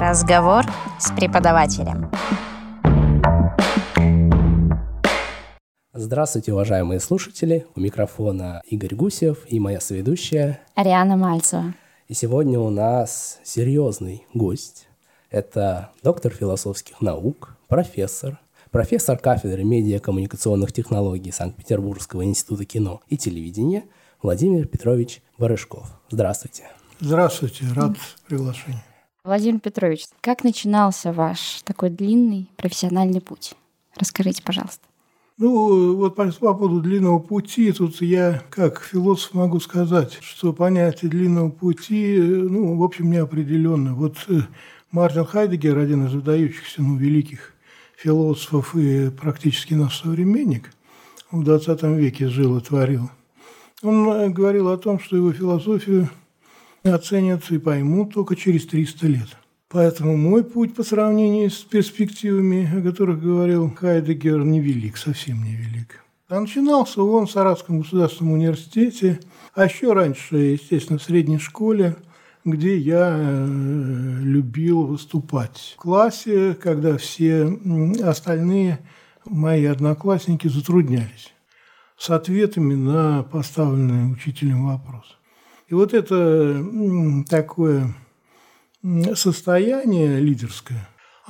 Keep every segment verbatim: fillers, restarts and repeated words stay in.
Разговор с преподавателем. Здравствуйте, уважаемые слушатели. У микрофона Игорь Гусев и моя соведущая Ариана Мальцева. И сегодня у нас серьезный гость. Это доктор философских наук, профессор, профессор кафедры медиакоммуникационных технологий Санкт-Петербургского института кино и телевидения Владимир Петрович Барышков. Здравствуйте. Здравствуйте, рад приглашению. Владимир Петрович, как начинался ваш такой длинный профессиональный путь? Расскажите, пожалуйста. Ну, вот по, по поводу длинного пути, тут я, как философ, могу сказать, что понятие длинного пути, ну, в общем, неопределенно. Вот Мартин Хайдеггер, один из выдающихся, ну, великих философов и практически наш современник, в двадцатом веке жил и творил. Он говорил о том, что его философию оценят и поймут только через триста лет. Поэтому мой путь по сравнению с перспективами, о которых говорил Хайдеггер, невелик, совсем невелик. А начинался он в Саратовском государственном университете, а еще раньше, естественно, в средней школе, где я любил выступать. В классе, когда все остальные мои одноклассники затруднялись с ответами на поставленный учителем вопрос. И вот это такое состояние лидерское,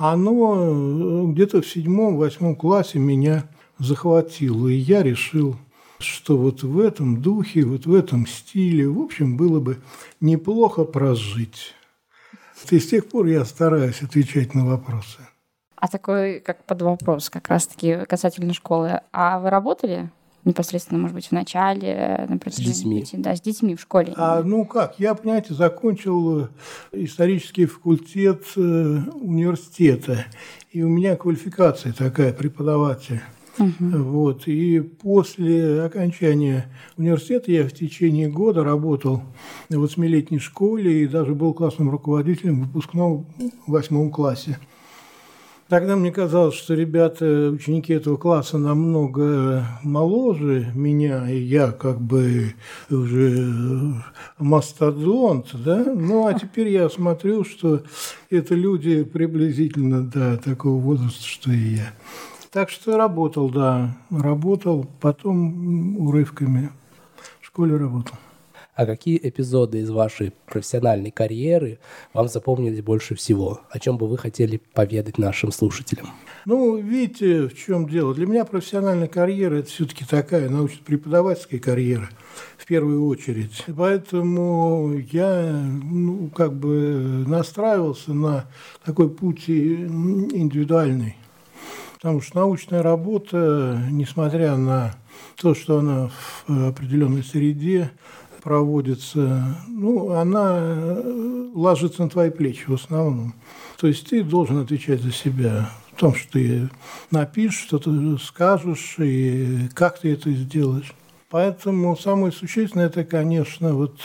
оно где-то в седьмом-восьмом классе меня захватило. И я решил, что вот в этом духе, вот в этом стиле, в общем, было бы неплохо прожить. И с тех пор я стараюсь отвечать на вопросы. А такой, как под вопрос, как раз-таки касательно школы. А вы работали непосредственно, может быть, в начале, на с детьми. Пути, да, с детьми в школе? А, ну как, я, понимаете, закончил исторический факультет университета, и у меня квалификация такая, преподаватель. Угу. Вот. И после окончания университета я в течение года работал в восьмилетней школе и даже был классным руководителем в выпускном восьмом классе. Тогда мне казалось, что ребята, ученики этого класса намного моложе меня, и я как бы уже мастодонт, да? Ну, а теперь я смотрю, что это люди приблизительно до такого возраста, что и я. Так что работал, да, работал, потом урывками в школе работал. А какие эпизоды из вашей профессиональной карьеры вам запомнились больше всего? О чем бы вы хотели поведать нашим слушателям? Ну, видите, в чем дело. Для меня профессиональная карьера – это все-таки такая научно-преподавательская карьера, в первую очередь. Поэтому я, ну, как бы настраивался на такой путь индивидуальный. Потому что научная работа, несмотря на то, что она в определенной среде проводится, ну, она ложится на твои плечи в основном. То есть ты должен отвечать за себя в том, что ты напишешь, что ты скажешь и как ты это сделаешь. Поэтому самое существенное – это, конечно, вот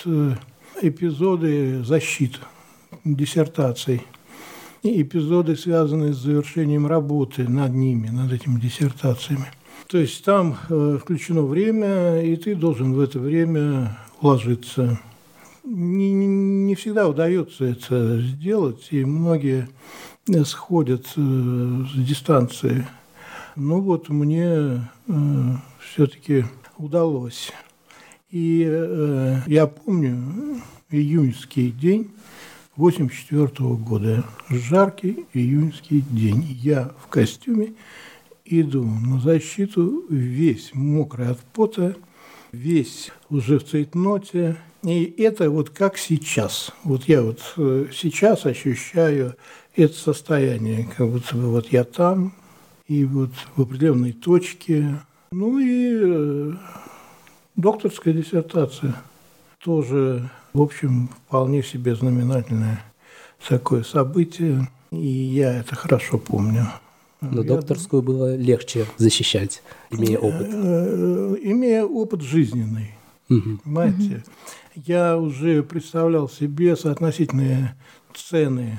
эпизоды защиты, диссертаций. И эпизоды, связанные с завершением работы над ними, над этими диссертациями. То есть там э, включено время, и ты должен в это время уложиться. Не, не, не всегда удается это сделать, и многие сходят э, с дистанции. Ну вот мне э, все-таки удалось. И э, я помню июньский день восемьдесят четвёртого года, жаркий июньский день. Я в костюме иду на защиту, весь мокрый от пота, весь уже в цейтноте. И это вот как сейчас. Вот я вот сейчас ощущаю это состояние, как будто бы вот я там, и вот в определенной точке. Ну и докторская диссертация тоже, в общем, вполне себе знаменательное такое событие, и я это хорошо помню. Но я докторскую думаю, было легче защищать, имея опыт. Имея опыт жизненный, угу. Понимаете? Угу. Я уже представлял себе соотносительные цены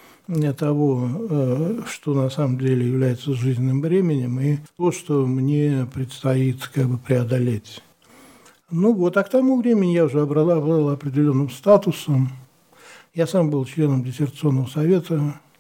того, что на самом деле является жизненным бременем, и то, что мне предстоит как бы преодолеть. Ну вот, а к тому времени я уже обладал определенным статусом. Я сам был членом диссертационного совета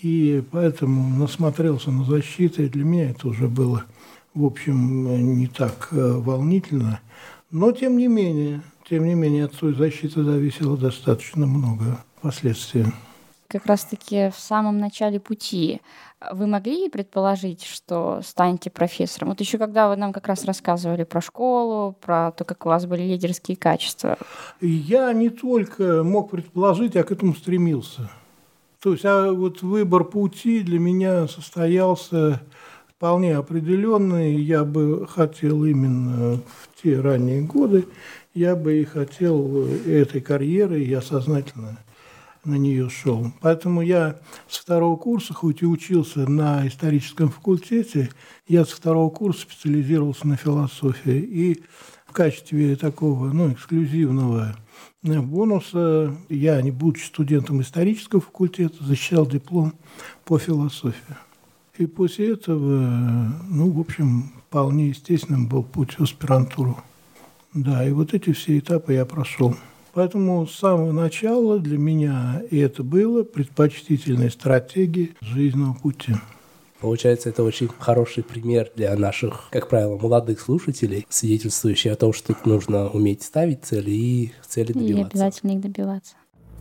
И поэтому насмотрелся на защиту, и для меня это уже было, в общем, не так волнительно. Но, тем не менее, тем не менее, от той защиты зависело достаточно много последствий. Как раз-таки в самом начале пути вы могли предположить, что станете профессором? Вот еще когда вы нам как раз рассказывали про школу, про то, как у вас были лидерские качества. Я не только мог предположить, а к этому стремился. То есть а вот выбор пути для меня состоялся вполне определенный. Я бы хотел именно в те ранние годы, я бы и хотел этой карьеры, я сознательно на нее шел. Поэтому я с второго курса, хоть и учился на историческом факультете, я с второго курса специализировался на философии. И в качестве такого, ну, эксклюзивного бонуса я, не будучи студентом исторического факультета, защищал диплом по философии. И после этого, ну, в общем, вполне естественным был путь в аспирантуру. Да, и вот эти все этапы я прошел. Поэтому с самого начала для меня и это было предпочтительной стратегией жизненного пути. Получается, это очень хороший пример для наших, как правило, молодых слушателей, свидетельствующий о том, что нужно уметь ставить цели и цели добиваться. И обязательно их добиваться.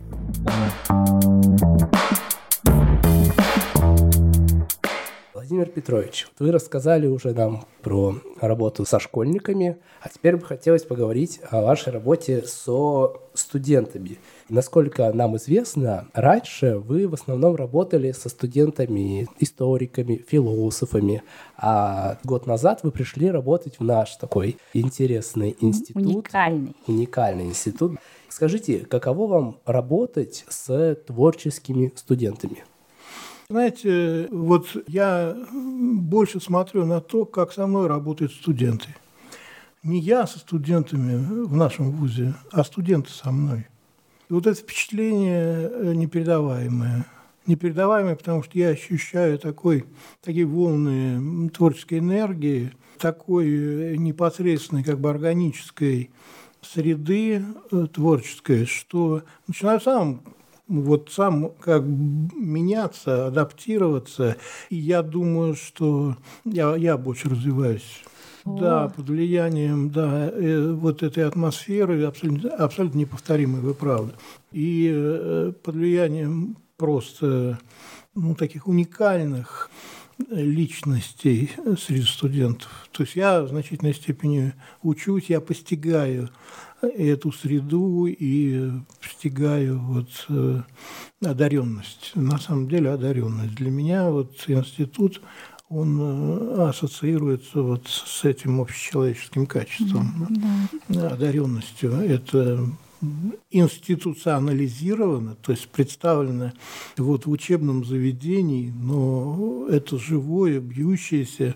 Владимир Петрович, вы рассказали уже нам про работу со школьниками, а теперь бы хотелось поговорить о вашей работе со студентами. Насколько нам известно, раньше вы в основном работали со студентами, историками, философами, а год назад вы пришли работать в наш такой интересный институт. Уникальный. Уникальный институт. Скажите, каково вам работать с творческими студентами? Знаете, вот я больше смотрю на то, как со мной работают студенты. Не я со студентами в нашем вузе, а студенты со мной. И вот это впечатление непередаваемое. Непередаваемое, потому что я ощущаю такой, такие волны творческой энергии, такой непосредственной, как бы органической среды творческой, что начинаю сам вот сам как меняться, адаптироваться. И я думаю, что я, я больше развиваюсь. О. Да, под влиянием да, э, вот этой атмосферы, абсолютно, абсолютно неповторимой, вы правы. И э, под влиянием просто ну, таких уникальных личностей среди студентов. То есть я в значительной степени учусь, я постигаю эту среду и постигаю вот, э, одаренность. На самом деле одаренность. Для меня вот институт, он э, ассоциируется вот с этим общечеловеческим качеством, mm-hmm. одаренностью. Это институционализировано, то есть представлено вот в учебном заведении, но это живое, бьющееся,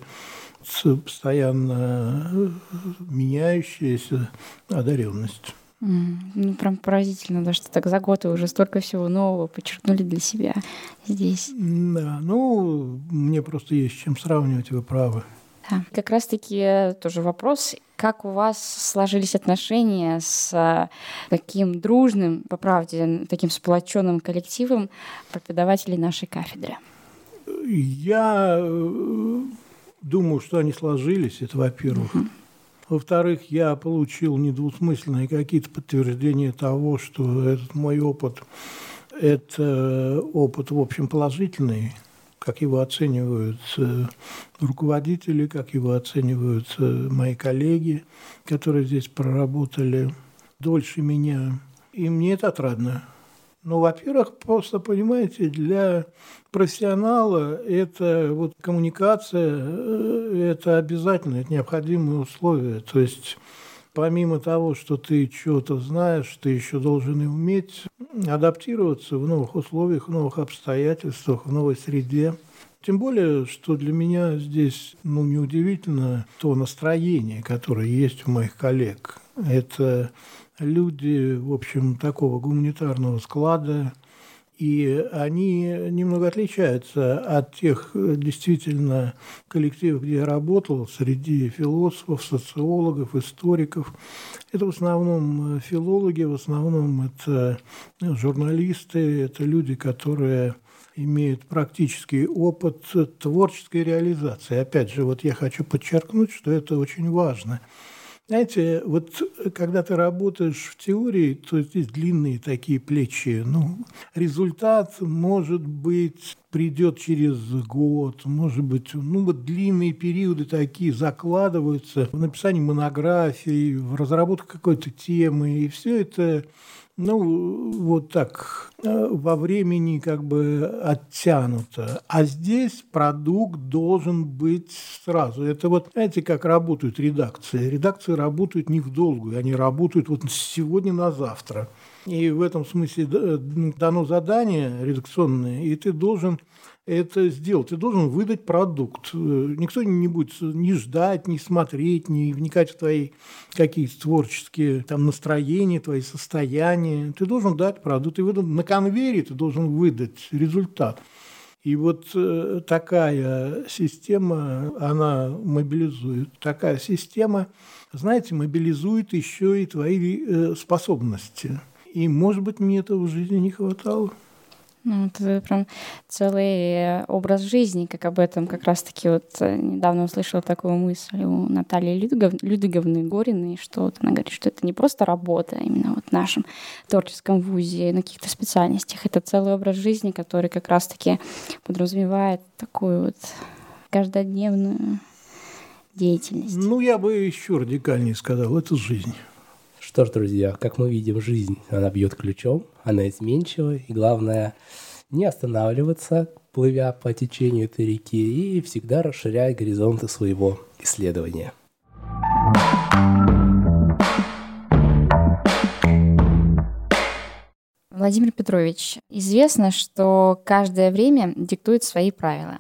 постоянно меняющаяся одаренность. Mm, ну, прям поразительно, да, что так за год вы уже столько всего нового подчеркнули для себя здесь. Да, ну, мне просто есть с чем сравнивать, вы правы. Да. Как раз-таки тоже вопрос, как у вас сложились отношения с таким дружным, по правде, таким сплоченным коллективом преподавателей нашей кафедры? Я думаю, что они сложились, это во-первых. Uh-huh. Во-вторых, я получил недвусмысленные какие-то подтверждения того, что этот мой опыт – это опыт, в общем, положительный, как его оценивают руководители, как его оценивают мои коллеги, которые здесь проработали дольше меня. И мне это отрадно. Ну, во-первых, просто, понимаете, для профессионала это вот коммуникация, это обязательно, это необходимые условия. То есть помимо того, что ты что-то знаешь, ты еще должен и уметь адаптироваться в новых условиях, в новых обстоятельствах, в новой среде. Тем более, что для меня здесь, ну, неудивительно то настроение, которое есть у моих коллег. Это люди, в общем, такого гуманитарного склада, и они немного отличаются от тех действительно коллективов, где я работал, среди философов, социологов, историков. Это в основном филологи, в основном это журналисты, это люди, которые имеют практический опыт творческой реализации. Опять же, вот я хочу подчеркнуть, что это очень важно. Знаете, вот когда ты работаешь в теории, то здесь длинные такие плечи. Ну, результат, может быть, придет через год, может быть, ну вот длинные периоды такие закладываются в написании монографий, в разработке какой-то темы, и все это, ну, вот так во времени как бы оттянуто. А здесь продукт должен быть сразу. Это вот, знаете, как работают редакции. Редакции работают не в долгую, они работают вот сегодня на завтра. И в этом смысле дано задание редакционное, и ты должен это сделать. Ты должен выдать продукт. Никто не будет ни ждать, ни смотреть, ни вникать в твои какие-то творческие там, настроения, твои состояния. Ты должен дать продукт. И на конвейере ты должен выдать результат. И вот такая система, она мобилизует. Такая система, знаете, мобилизует еще и твои способности. И, может быть, мне этого в жизни не хватало. Ну, это прям целый образ жизни, как об этом как раз-таки вот недавно услышала такую мысль у Натальи Людвигов, Людвиговны Гориной, что вот она говорит, что это не просто работа именно вот в нашем творческом вузе, на каких-то специальностях. Это целый образ жизни, который как раз-таки подразумевает такую вот каждодневную деятельность. Ну, я бы еще радикальнее сказал, это жизнь. Что ж, друзья, как мы видим, жизнь, она бьет ключом, она изменчива, и главное не останавливаться, плывя по течению этой реки, и всегда расширяя горизонты своего исследования. Владимир Петрович, известно, что каждое время диктует свои правила.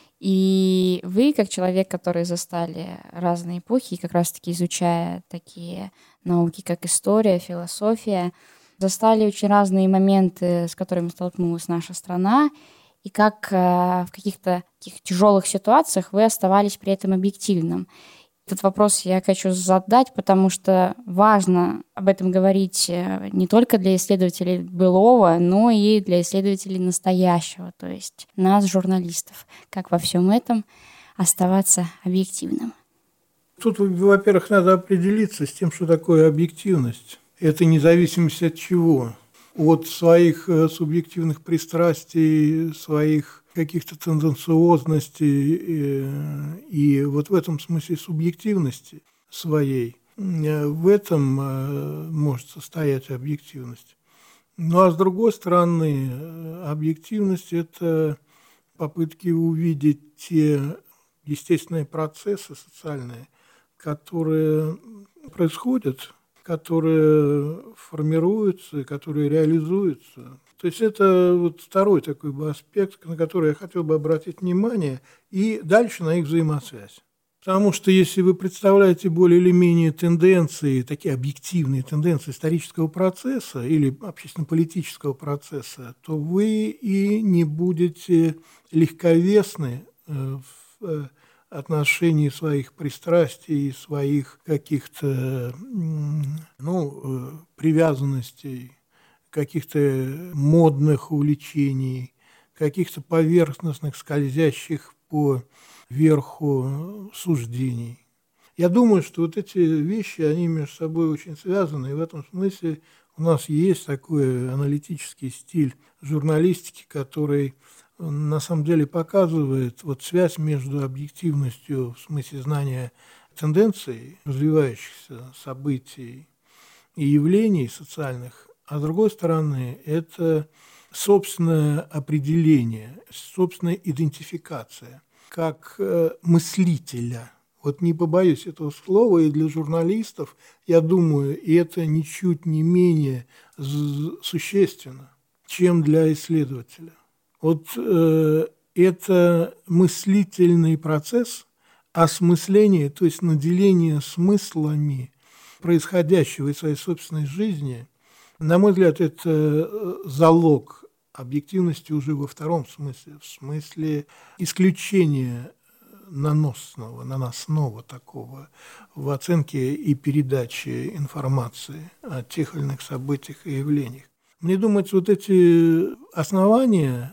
И вы, как человек, который застали разные эпохи, как раз-таки изучая такие науки, как история, философия, застали очень разные моменты, с которыми столкнулась наша страна, и как в каких-то таких тяжелых ситуациях вы оставались при этом объективным. Этот вопрос я хочу задать, потому что важно об этом говорить не только для исследователей былого, но и для исследователей настоящего, то есть нас, журналистов. Как во всем этом оставаться объективным? Тут, во-первых, надо определиться с тем, что такое объективность. Это независимость от чего? От своих субъективных пристрастий, своих каких-то тенденциозностей и, и вот в этом смысле субъективности своей, в этом может состоять объективность. Ну а с другой стороны, объективность – это попытки увидеть те естественные процессы социальные, которые происходят, которые формируются, которые реализуются. То есть это вот второй такой бы аспект, на который я хотел бы обратить внимание, и дальше на их взаимосвязь. Потому что если вы представляете более или менее тенденции, такие объективные тенденции исторического процесса или общественно-политического процесса, то вы и не будете легковесны в отношении своих пристрастий, своих каких-то ну, привязанностей, каких-то модных увлечений, каких-то поверхностных, скользящих по верху суждений. Я думаю, что вот эти вещи, они между собой очень связаны, и в этом смысле у нас есть такой аналитический стиль журналистики, который на самом деле показывает вот связь между объективностью в смысле знания тенденций, развивающихся событий и явлений социальных, а с другой стороны, это собственное определение, собственная идентификация как мыслителя. Вот не побоюсь этого слова, и для журналистов, я думаю, и это ничуть не менее существенно, чем для исследователя. Вот э, это мыслительный процесс осмысления, то есть наделения смыслами происходящего из своей собственной жизни. На мой взгляд, это залог объективности уже во втором смысле, в смысле исключения наносного, наносного такого в оценке и передаче информации о тех или иных событиях и явлениях. Мне думается, вот эти основания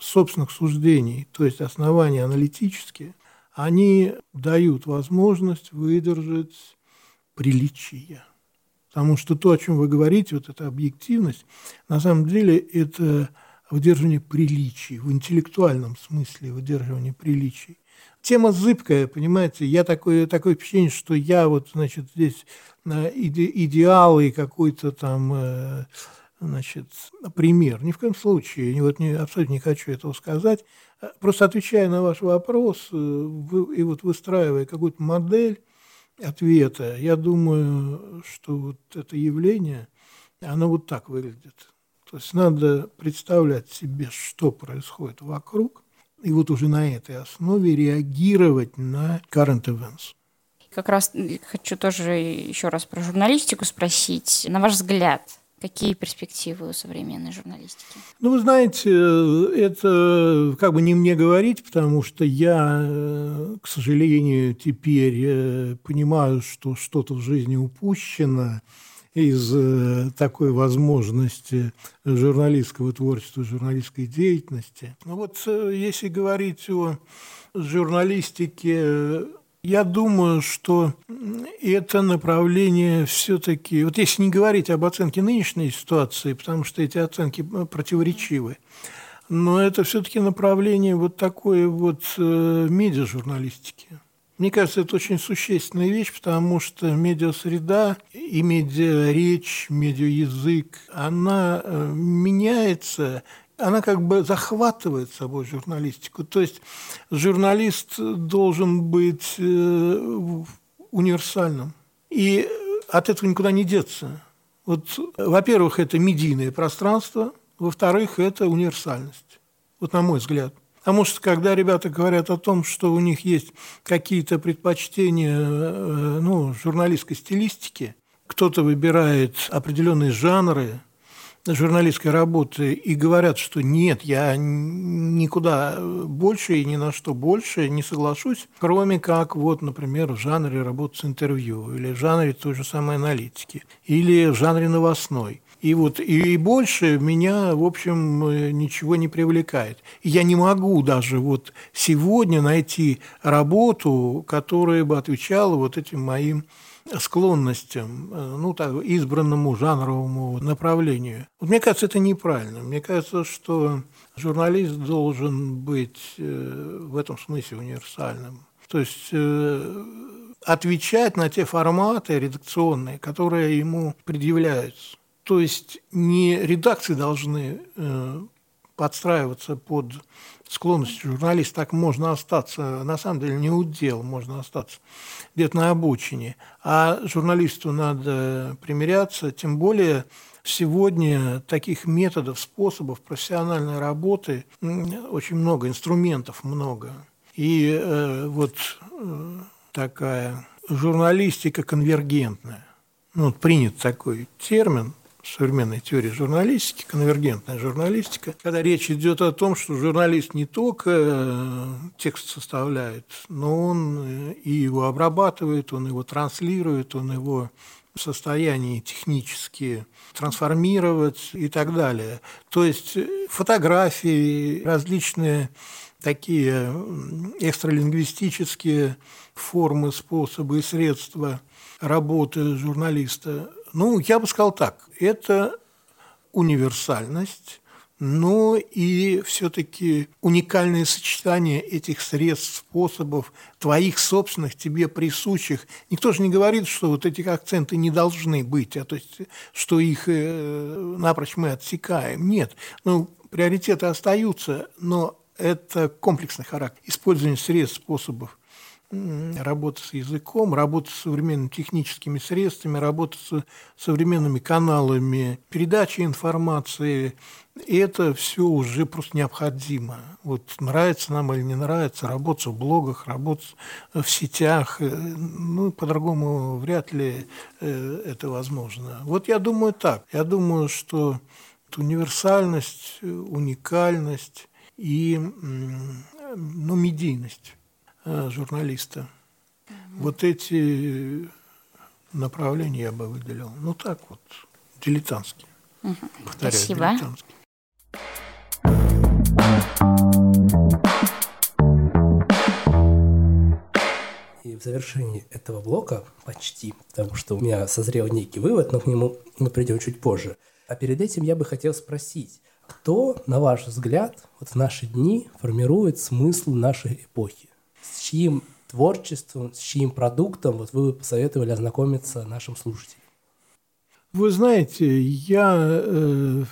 собственных суждений, то есть основания аналитические, они дают возможность выдержать приличие. Потому что то, о чем вы говорите, вот эта объективность, на самом деле это выдерживание приличий, в интеллектуальном смысле выдерживание приличий. Тема зыбкая, понимаете, я такое, такое впечатление, что я вот, значит, здесь иде, идеал и какой-то там, значит, пример. Ни в коем случае, вот не, абсолютно не хочу этого сказать. Просто отвечая на ваш вопрос вы, и вот выстраивая какую-то модель ответа, я думаю, что вот это явление, оно вот так выглядит. То есть надо представлять себе, что происходит вокруг, и вот уже на этой основе реагировать на current events. Как раз хочу тоже еще раз про журналистику спросить. На ваш взгляд, какие перспективы у современной журналистики? Ну, вы знаете, это как бы не мне говорить, потому что я, к сожалению, теперь понимаю, что что-то в жизни упущено из такой возможности журналистского творчества, журналистской деятельности. Ну вот если говорить о журналистике, я думаю, что это направление все-таки, вот если не говорить об оценке нынешней ситуации, потому что эти оценки противоречивы, но это все-таки направление вот такой вот медиажурналистики. Мне кажется, это очень существенная вещь, потому что медиасреда и медиаречь, медиаязык, она меняется, она как бы захватывает собой журналистику. То есть журналист должен быть универсальным. И от этого никуда не деться. Вот, во-первых, это медийное пространство, во-вторых, это универсальность. Вот на мой взгляд. Потому что, когда ребята говорят о том, что у них есть какие-то предпочтения ну, журналистской стилистики, кто-то выбирает определенные жанры журналистской работы и говорят, что нет, я никуда больше и ни на что больше не соглашусь, кроме как, вот, например, в жанре работы с интервью, или в жанре той же самой аналитики, или в жанре новостной. И вот и больше меня, в общем, ничего не привлекает. И я не могу даже вот сегодня найти работу, которая бы отвечала вот этим моим склонностям, ну, так, избранному жанровому направлению. Вот мне кажется, это неправильно. Мне кажется, что журналист должен быть в этом смысле универсальным. То есть отвечать на те форматы редакционные, которые ему предъявляются. То есть не редакции должны э, подстраиваться под склонность журналиста, так можно остаться, на самом деле не удел, можно остаться где-то на обочине, а журналисту надо примиряться, тем более сегодня таких методов, способов профессиональной работы очень много, инструментов много. И э, вот э, такая журналистика конвергентная, ну, принят такой термин, современной теории журналистики, конвергентная журналистика, когда речь идет о том, что журналист не только текст составляет, но он и его обрабатывает, он его транслирует, он его в состоянии технически трансформировать и так далее. То есть фотографии, различные такие экстралингвистические формы, способы и средства работы журналиста. Ну, я бы сказал так, это универсальность, но и все-таки уникальное сочетание этих средств, способов, твоих собственных, тебе присущих. Никто же не говорит, что вот эти акценты не должны быть, а то есть, что их э, напрочь мы отсекаем. Нет, ну, приоритеты остаются, но это комплексный характер. Использование средств, способов работа с языком, работа с современными техническими средствами, работа с современными каналами передачи информации. И это все уже просто необходимо. Вот нравится нам или не нравится, работать в блогах, работать в сетях, ну, по-другому вряд ли это возможно. Вот я думаю так. Я думаю, что универсальность, уникальность и ну, медийность журналиста. Mm-hmm. Вот эти направления я бы выделил. Ну так вот, дилетантски. Mm-hmm. Повторяю, Спасибо. дилетантски. завершении этого блока, почти, потому что у меня созрел некий вывод, но к нему мы придем чуть позже. А перед этим я бы хотел спросить, кто, на ваш взгляд, вот в наши дни формирует смысл нашей эпохи? С чьим творчеством, с чьим продуктом вот вы бы посоветовали ознакомиться нашим слушателям? Вы знаете, я э,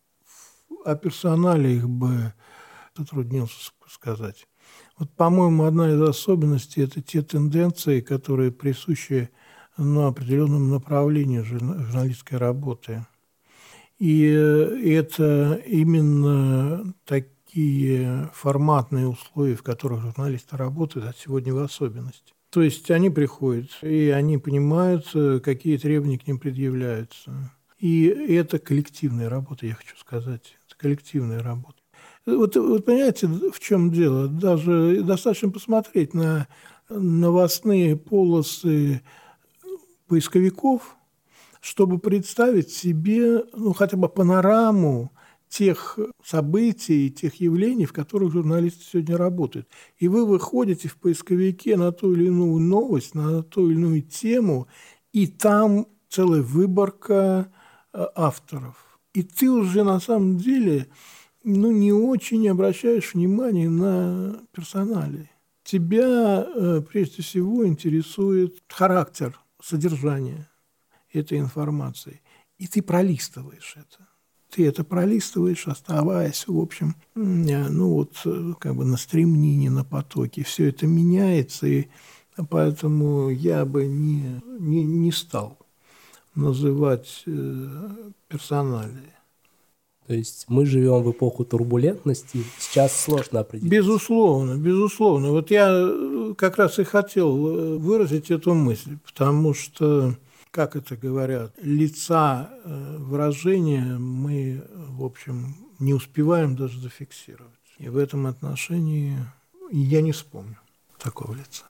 о персоналиях бы затруднился сказать. Вот, по-моему, одна из особенностей – это те тенденции, которые присущи ну, определенному направлению журналистской работы. И это именно такие форматные условия, в которых журналисты работают, а сегодня в особенности. То есть они приходят, и они понимают, какие требования к ним предъявляются. И это коллективная работа, я хочу сказать. Это коллективная работа. Вот, вот понимаете, в чем дело? Даже достаточно посмотреть на новостные полосы поисковиков, чтобы представить себе ну, хотя бы панораму тех событий, тех явлений, в которых журналисты сегодня работают. И вы выходите в поисковике на ту или иную новость, на ту или иную тему, и там целая выборка авторов. И ты уже на самом деле ну, не очень обращаешь внимание на персоналии. Тебя прежде всего интересует характер, содержание этой информации. И ты пролистываешь это. Ты это пролистываешь, оставаясь, в общем, ну вот, как бы на стремнине, на потоке. Все это меняется, и поэтому я бы не, не, не стал называть э, персоналии. То есть мы живем в эпоху турбулентности, сейчас сложно определить. Безусловно, безусловно. Вот я как раз и хотел выразить эту мысль, потому что, как это говорят, лица выражения мы, в общем, не успеваем даже зафиксировать. И в этом отношении я не вспомню такого лица.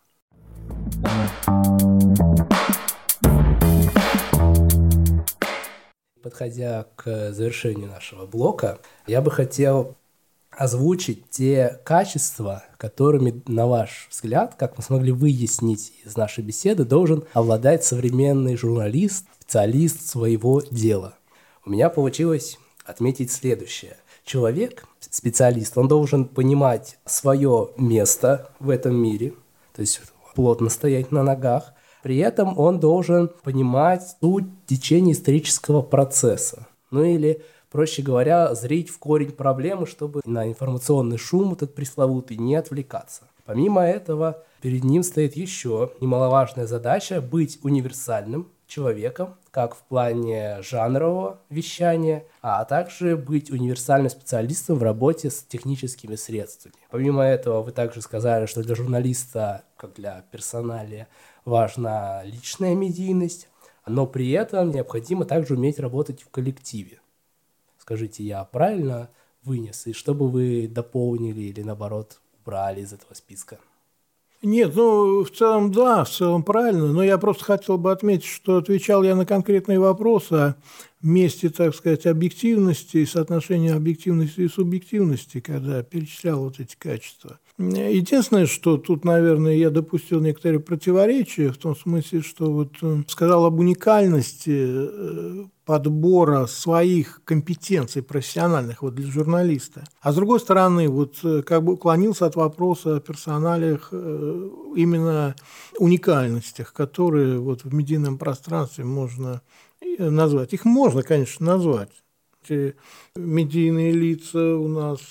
Подходя к завершению нашего блока, я бы хотел озвучить те качества, которыми, на ваш взгляд, как мы смогли выяснить из нашей беседы, должен обладать современный журналист, специалист своего дела. У меня получилось отметить следующее. Человек, специалист, он должен понимать свое место в этом мире, то есть плотно стоять на ногах. При этом он должен понимать суть течения исторического процесса. Ну или, проще говоря, зрить в корень проблемы, чтобы на информационный шум этот пресловутый не отвлекаться. Помимо этого, перед ним стоит еще немаловажная задача быть универсальным человеком, как в плане жанрового вещания, а также быть универсальным специалистом в работе с техническими средствами. Помимо этого, вы также сказали, что для журналиста, как для персоналия, важна личная медийность, но при этом необходимо также уметь работать в коллективе. Скажите, я правильно вынес? И что бы вы дополнили или, наоборот, убрали из этого списка? Нет, ну, в целом, да, в целом правильно, но я просто хотел бы отметить, что отвечал я на конкретные вопросы о месте, так сказать, объективности и соотношения объективности и субъективности, когда перечислял вот эти качества. Единственное, что тут, наверное, я допустил некоторые противоречия, в том смысле, что вот сказал об уникальности подбора своих компетенций профессиональных вот для журналиста. А с другой стороны, вот как бы уклонился от вопроса о персоналиях именно уникальностях, которые вот в медийном пространстве можно назвать. Их можно, конечно, назвать. Эти медийные лица у нас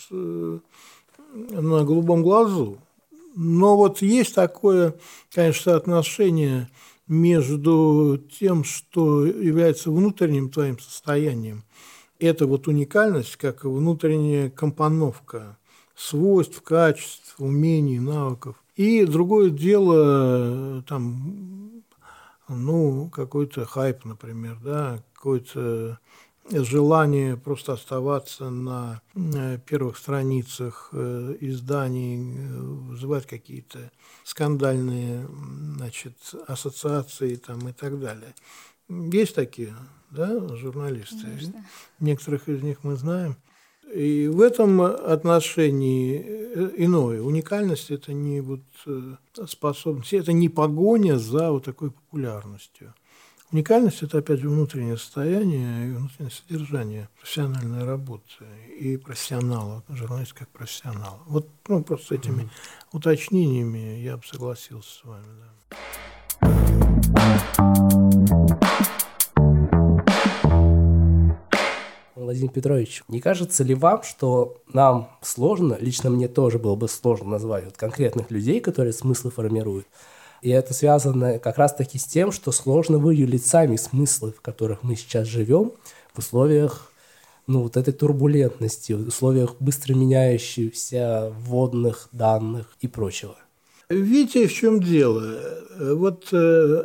на голубом глазу. Но вот есть такое, конечно, соотношение между тем, что является внутренним твоим состоянием. Это вот уникальность, как внутренняя компоновка свойств, качеств, умений, навыков. И другое дело, там, ну, какой-то хайп, например, да, какое-то желание просто оставаться на первых страницах изданий, вызывать какие-то скандальные, значит, ассоциации там, и так далее. Есть такие, да, журналисты? Конечно. Некоторых из них мы знаем. И в этом отношении иное. Уникальность – это не вот способность, это не погоня за вот такой популярностью. Уникальность – это, опять же, внутреннее состояние и внутреннее содержание профессиональной работы и профессионала, журналист как профессионал. Вот ну, просто с этими mm-hmm. уточнениями я бы согласился с вами. Да. Владимир Петрович, не кажется ли вам, что нам сложно, лично мне тоже было бы сложно назвать вот конкретных людей, которые смыслы формируют? И это связано как раз-таки с тем, что сложно выявить сами смыслы, в которых мы сейчас живем, в условиях ну, вот этой турбулентности, в условиях быстро меняющихся вводных данных и прочего. Видите, в чем дело? Вот э,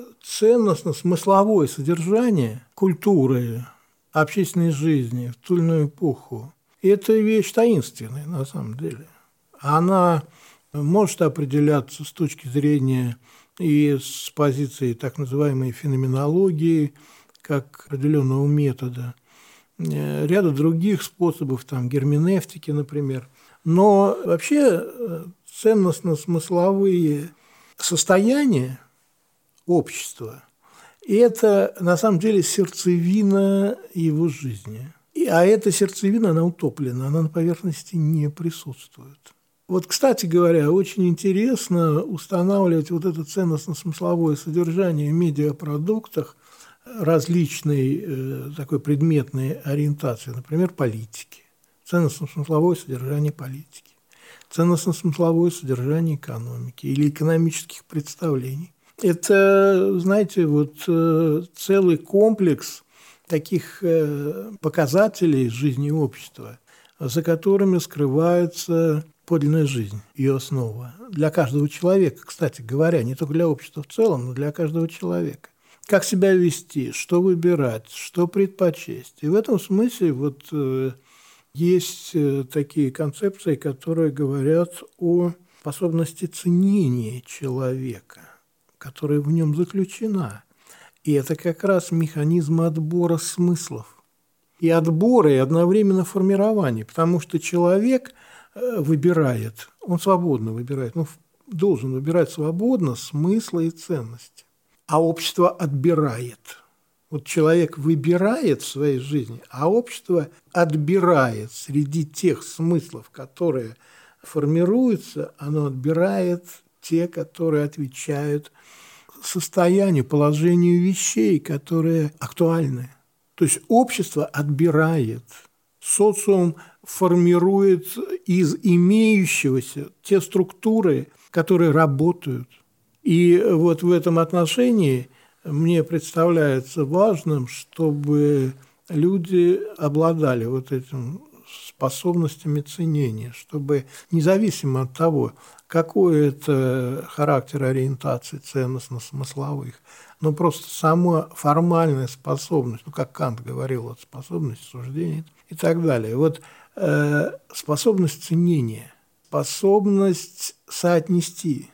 ценностно-смысловое содержание культуры, общественной жизни в ту или иную эпоху – это вещь таинственная на самом деле. Она может определяться с точки зрения и с позиции так называемой феноменологии, как определенного метода, ряда других способов, там, герменевтики, например. Но вообще ценностно-смысловые состояния общества – это на самом деле сердцевина его жизни. А эта сердцевина, она утоплена, она на поверхности не присутствует. Вот, кстати говоря, очень интересно устанавливать вот это ценностно-смысловое содержание в медиапродуктах различной э, такой предметной ориентации, например, политики, ценностно-смысловое содержание политики, ценностно-смысловое содержание экономики или экономических представлений. Это, знаете, вот э, целый комплекс таких э, показателей жизни общества, за которыми скрывается подлинная жизнь, ее основа. Для каждого человека, кстати говоря, не только для общества в целом, но для каждого человека. Как себя вести, что выбирать, что предпочесть. И в этом смысле вот э, есть э, такие концепции, которые говорят о способности ценения человека, которая в нем заключена. И это как раз механизм отбора смыслов. И отбора, и одновременно формирования, потому что человек выбирает, он свободно выбирает, ну, должен выбирать свободно смыслы и ценности. А общество отбирает. Вот человек выбирает в своей жизни, а общество отбирает среди тех смыслов, которые формируются, оно отбирает те, которые отвечают состоянию, положению вещей, которые актуальны. То есть общество отбирает, социум формирует из имеющегося те структуры, которые работают. И вот в этом отношении мне представляется важным, чтобы люди обладали вот этим способностями ценения, чтобы независимо от того, какой это характер ориентации ценностно-смысловых, но просто сама формальная способность, ну, как Кант говорил, вот, способность суждения и так далее. Вот э, способность ценения, способность соотнести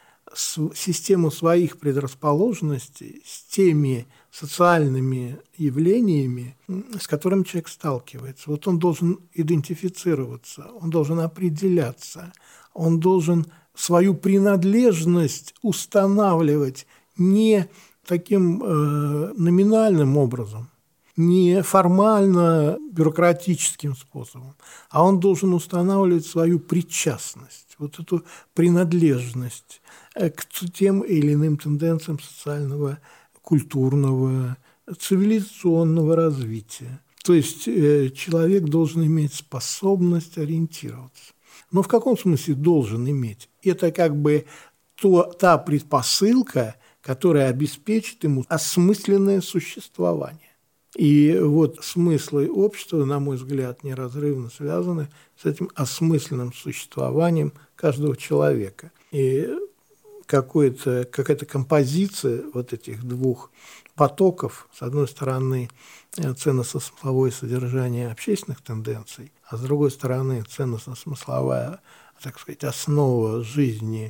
систему своих предрасположенностей с теми социальными явлениями, с которыми человек сталкивается. Вот он должен идентифицироваться, он должен определяться, он должен свою принадлежность устанавливать не таким э, номинальным образом, не формально бюрократическим способом, а он должен устанавливать свою причастность, вот эту принадлежность к тем или иным тенденциям социального, культурного, цивилизационного развития. То есть э, человек должен иметь способность ориентироваться. Но в каком смысле должен иметь? Это как бы то, та предпосылка, которая обеспечит ему осмысленное существование. И вот смыслы общества, на мой взгляд, неразрывно связаны с этим осмысленным существованием каждого человека. И какой-то, какая-то композиция вот этих двух потоков, с одной стороны, ценностно-смысловое содержание общественных тенденций, а с другой стороны, ценностно-смысловая, так сказать, основа жизни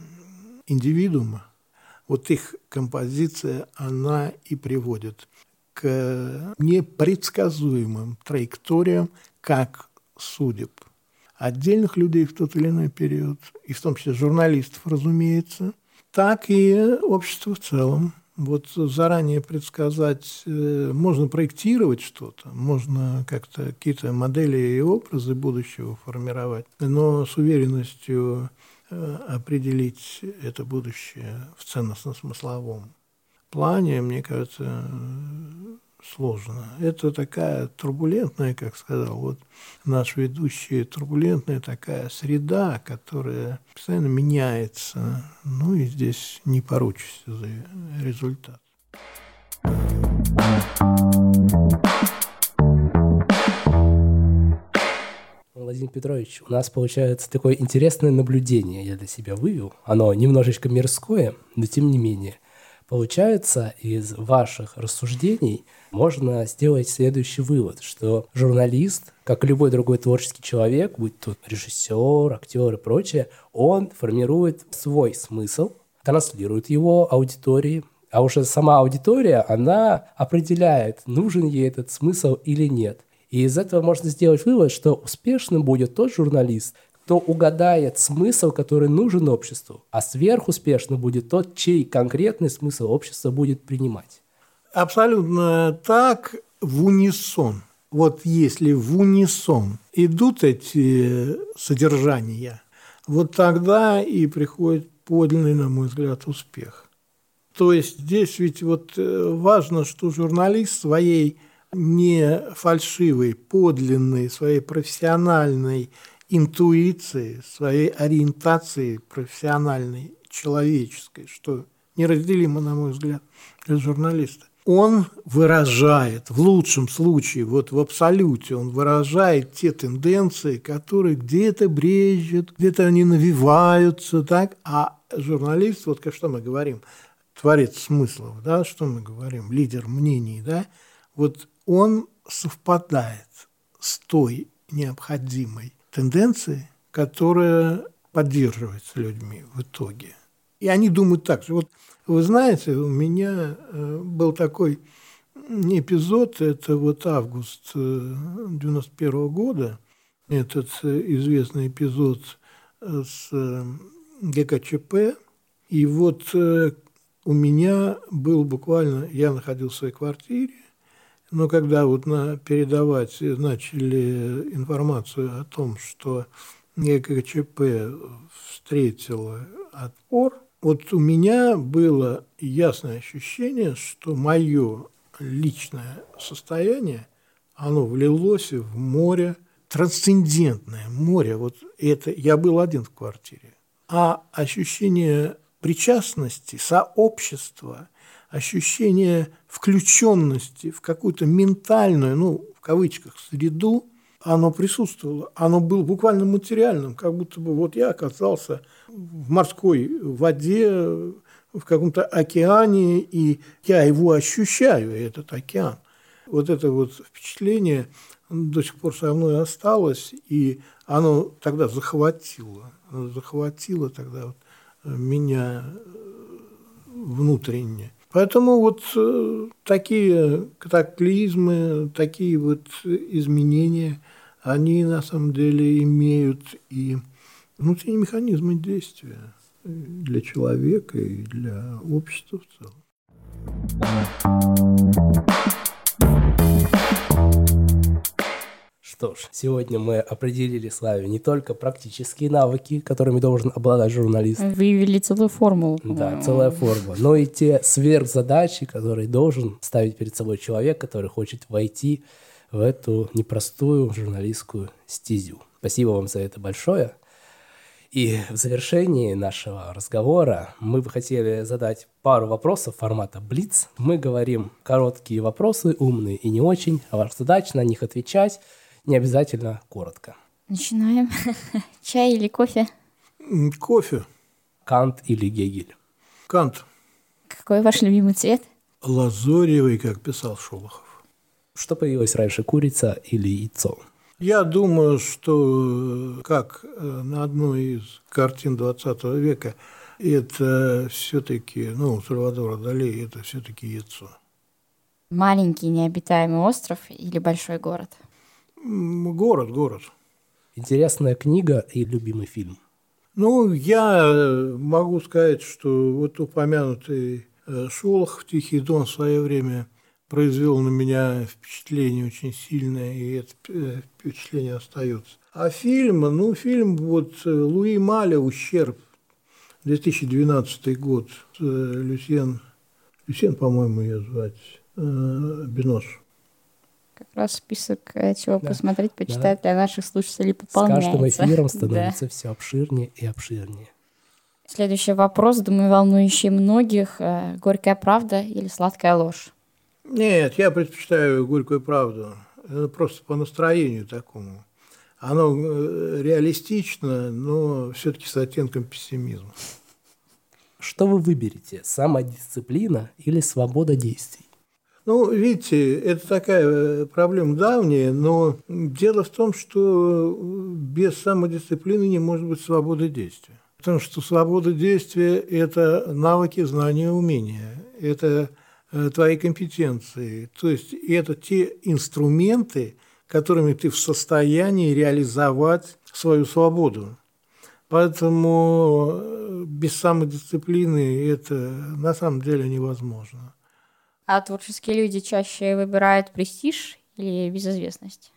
индивидуума, вот их композиция, она и приводит к непредсказуемым траекториям как судеб отдельных людей в тот или иной период, и в том числе журналистов, разумеется, так и общества в целом. Вот заранее предсказать, можно проектировать что-то, можно как-то какие-то модели и образы будущего формировать, но с уверенностью определить это будущее в ценностно-смысловом плане, мне кажется, сложно. Это такая турбулентная, как сказал вот наш ведущий, турбулентная такая среда, которая постоянно меняется. Ну и здесь не поручусь за результат. Владимир Петрович, у нас получается такое интересное наблюдение, я для себя вывел. Оно немножечко мирское, но тем не менее. Получается, из ваших рассуждений можно сделать следующий вывод, что журналист, как и любой другой творческий человек, будь то режиссер, актер и прочее, он формирует свой смысл, транслирует его аудитории, а уже сама аудитория, она определяет, нужен ей этот смысл или нет. И из этого можно сделать вывод, что успешным будет тот журналист, кто угадает смысл, который нужен обществу, а сверхуспешно будет тот, чей конкретный смысл общество будет принимать. Абсолютно так, в унисон. Вот если в унисон идут эти содержания, вот тогда и приходит подлинный, на мой взгляд, успех. То есть здесь ведь вот важно, что журналист своей не фальшивой, подлинной, своей профессиональной интуиции, своей ориентации профессиональной, человеческой, что неразделимо, на мой взгляд, для журналиста. Он выражает, в лучшем случае, вот в абсолюте, он выражает те тенденции, которые где-то брежут, где-то они навиваются, так? А журналист, вот что мы говорим, творец смыслов, да, что мы говорим, лидер мнений, да, вот он совпадает с той необходимой тенденции, которая поддерживается людьми в итоге. И они думают так же. Вот вы знаете, у меня был такой эпизод, это вот август девяносто первого года, этот известный эпизод с ГКЧП. И вот у меня был буквально, я находился в своей квартире, но когда вот на, передавать начали информацию о том, что ГКЧП встретила отпор, вот у меня было ясное ощущение, что мое личное состояние, оно влилось в море, трансцендентное море. Вот это я был один в квартире. А ощущение причастности, сообщества, ощущение включенности в какую-то ментальную, ну, в кавычках, среду, оно присутствовало. Оно было буквально материальным, как будто бы вот я оказался в морской воде, в каком-то океане, и я его ощущаю, этот океан. Вот это вот впечатление до сих пор со мной осталось, и оно тогда захватило, оно захватило тогда вот меня внутренне. Поэтому вот такие катаклизмы, такие вот изменения, они на самом деле имеют и внутренние механизмы действия для человека и для общества в целом. Что ж, сегодня мы определили с вами не только практические навыки, которыми должен обладать журналист. Выявили целую формулу. Да, целая формула. Но и те сверхзадачи, которые должен ставить перед собой человек, который хочет войти в эту непростую журналистскую стезю. Спасибо вам за это большое. И в завершении нашего разговора мы бы хотели задать пару вопросов формата Блиц. Мы говорим короткие вопросы, умные и не очень, а ваша задача на них отвечать. Не обязательно коротко. Начинаем. Чай или кофе? Кофе. Кант или Гегель? Кант. Какой ваш любимый цвет? Лазоревый, как писал Шолохов. Что появилось раньше, курица или яйцо? Я думаю, что, как на одной из картин двадцатого века, это все-таки, ну, у Сальвадора Дали это все-таки яйцо. Маленький необитаемый остров или большой город? Город, город. Интересная книга и любимый фильм? Ну, я могу сказать, что вот упомянутый Шолохов «Тихий Дон» в свое время произвел на меня впечатление очень сильное, и это впечатление остается. А фильм, ну, фильм вот Луи Маля «Ущерб», две тысячи двенадцатый год, Люсьен, Люсьен, по-моему, ее звать, Бинош. Как раз список чего да. посмотреть, почитать да. для наших слушателей пополняется. С каждым эфиром становится да. все обширнее и обширнее. Следующий вопрос, думаю, волнующий многих. Горькая правда или сладкая ложь? Нет, я предпочитаю горькую правду. Это просто по настроению такому. Оно реалистично, но все-таки с оттенком пессимизма. Что вы выберете, самодисциплина или свобода действий? Ну, видите, это такая проблема давняя, но дело в том, что без самодисциплины не может быть свободы действия. Потому что свобода действия – это навыки, знания, умения, это твои компетенции. То есть это те инструменты, которыми ты в состоянии реализовать свою свободу. Поэтому без самодисциплины это на самом деле невозможно. А творческие люди чаще выбирают престиж или безызвестность?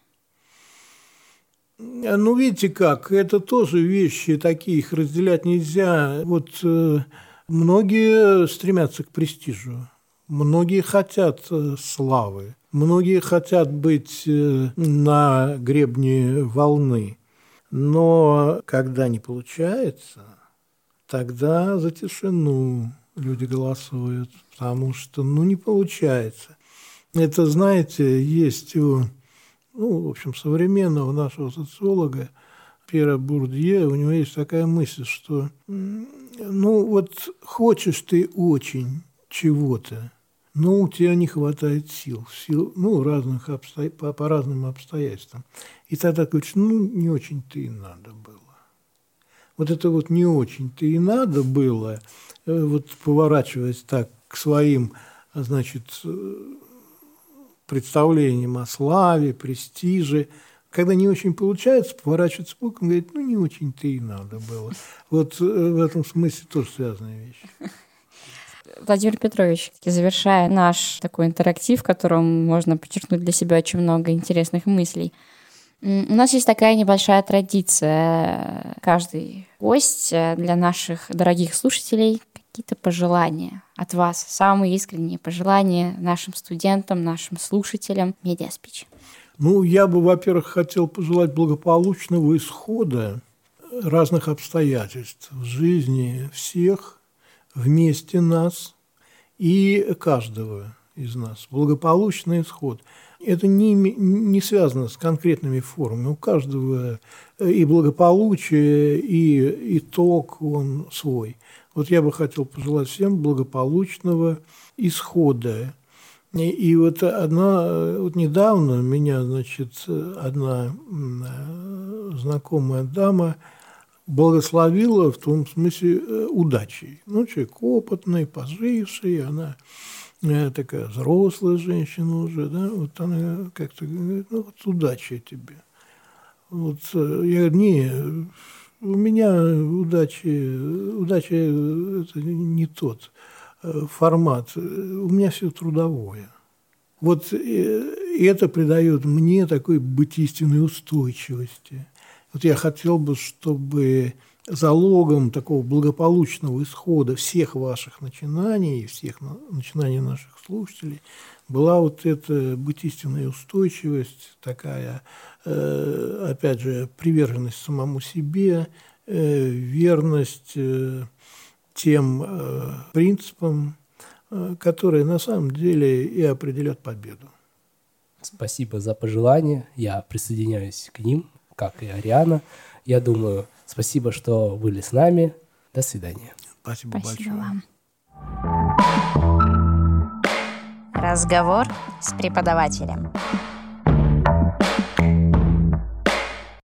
Ну, видите как, это тоже вещи такие, их разделять нельзя. Вот э, многие стремятся к престижу, многие хотят э, славы, многие хотят быть э, на гребне волны. Но когда не получается, тогда за тишину люди голосуют, потому что, ну, не получается. Это, знаете, есть у, ну, в общем, современного нашего социолога Пьера Бурдье, у него есть такая мысль, что, ну, вот хочешь ты очень чего-то, но у тебя не хватает сил, сил ну, разных обсто... по, по разным обстоятельствам. И тогда говоришь, ну, не очень-то и надо было. Вот это вот не очень-то и надо было, вот поворачиваясь так к своим, значит, представлениям о славе, престиже, когда не очень получается, поворачиваться боком и говорит, ну, не очень-то и надо было. Вот в этом смысле тоже связанная вещь. Владимир Петрович, завершая наш такой интерактив, в котором можно подчеркнуть для себя очень много интересных мыслей, у нас есть такая небольшая традиция. Каждый гость для наших дорогих слушателей какие-то пожелания от вас, самые искренние пожелания нашим студентам, нашим слушателям медиаспич. Ну, я бы, во-первых, хотел пожелать благополучного исхода разных обстоятельств в жизни всех, вместе нас и каждого из нас. Благополучный исход. Это не, не связано с конкретными формами. У каждого и благополучие, и итог, он свой. Вот я бы хотел пожелать всем благополучного исхода. И, и вот одна, вот недавно меня, значит, одна знакомая дама благословила в том смысле удачей. Ну, человек опытный, поживший, она такая взрослая женщина уже, да, вот она как-то говорит, ну, вот удачи тебе. Вот я говорю, не, у меня удачи, удача это не тот формат, у меня все трудовое. Вот и это придает мне такой быть истинной устойчивости. Вот я хотел бы, чтобы залогом такого благополучного исхода всех ваших начинаний, всех начинаний наших слушателей была вот эта быть истинная устойчивость, такая, э, опять же, приверженность самому себе, э, верность э, тем э, принципам, э, которые на самом деле и определят победу. Спасибо за пожелания, я присоединяюсь к ним, как и Ариана. Я думаю, спасибо, что были с нами. До свидания. Спасибо, Спасибо большое. вам. Разговор с преподавателем.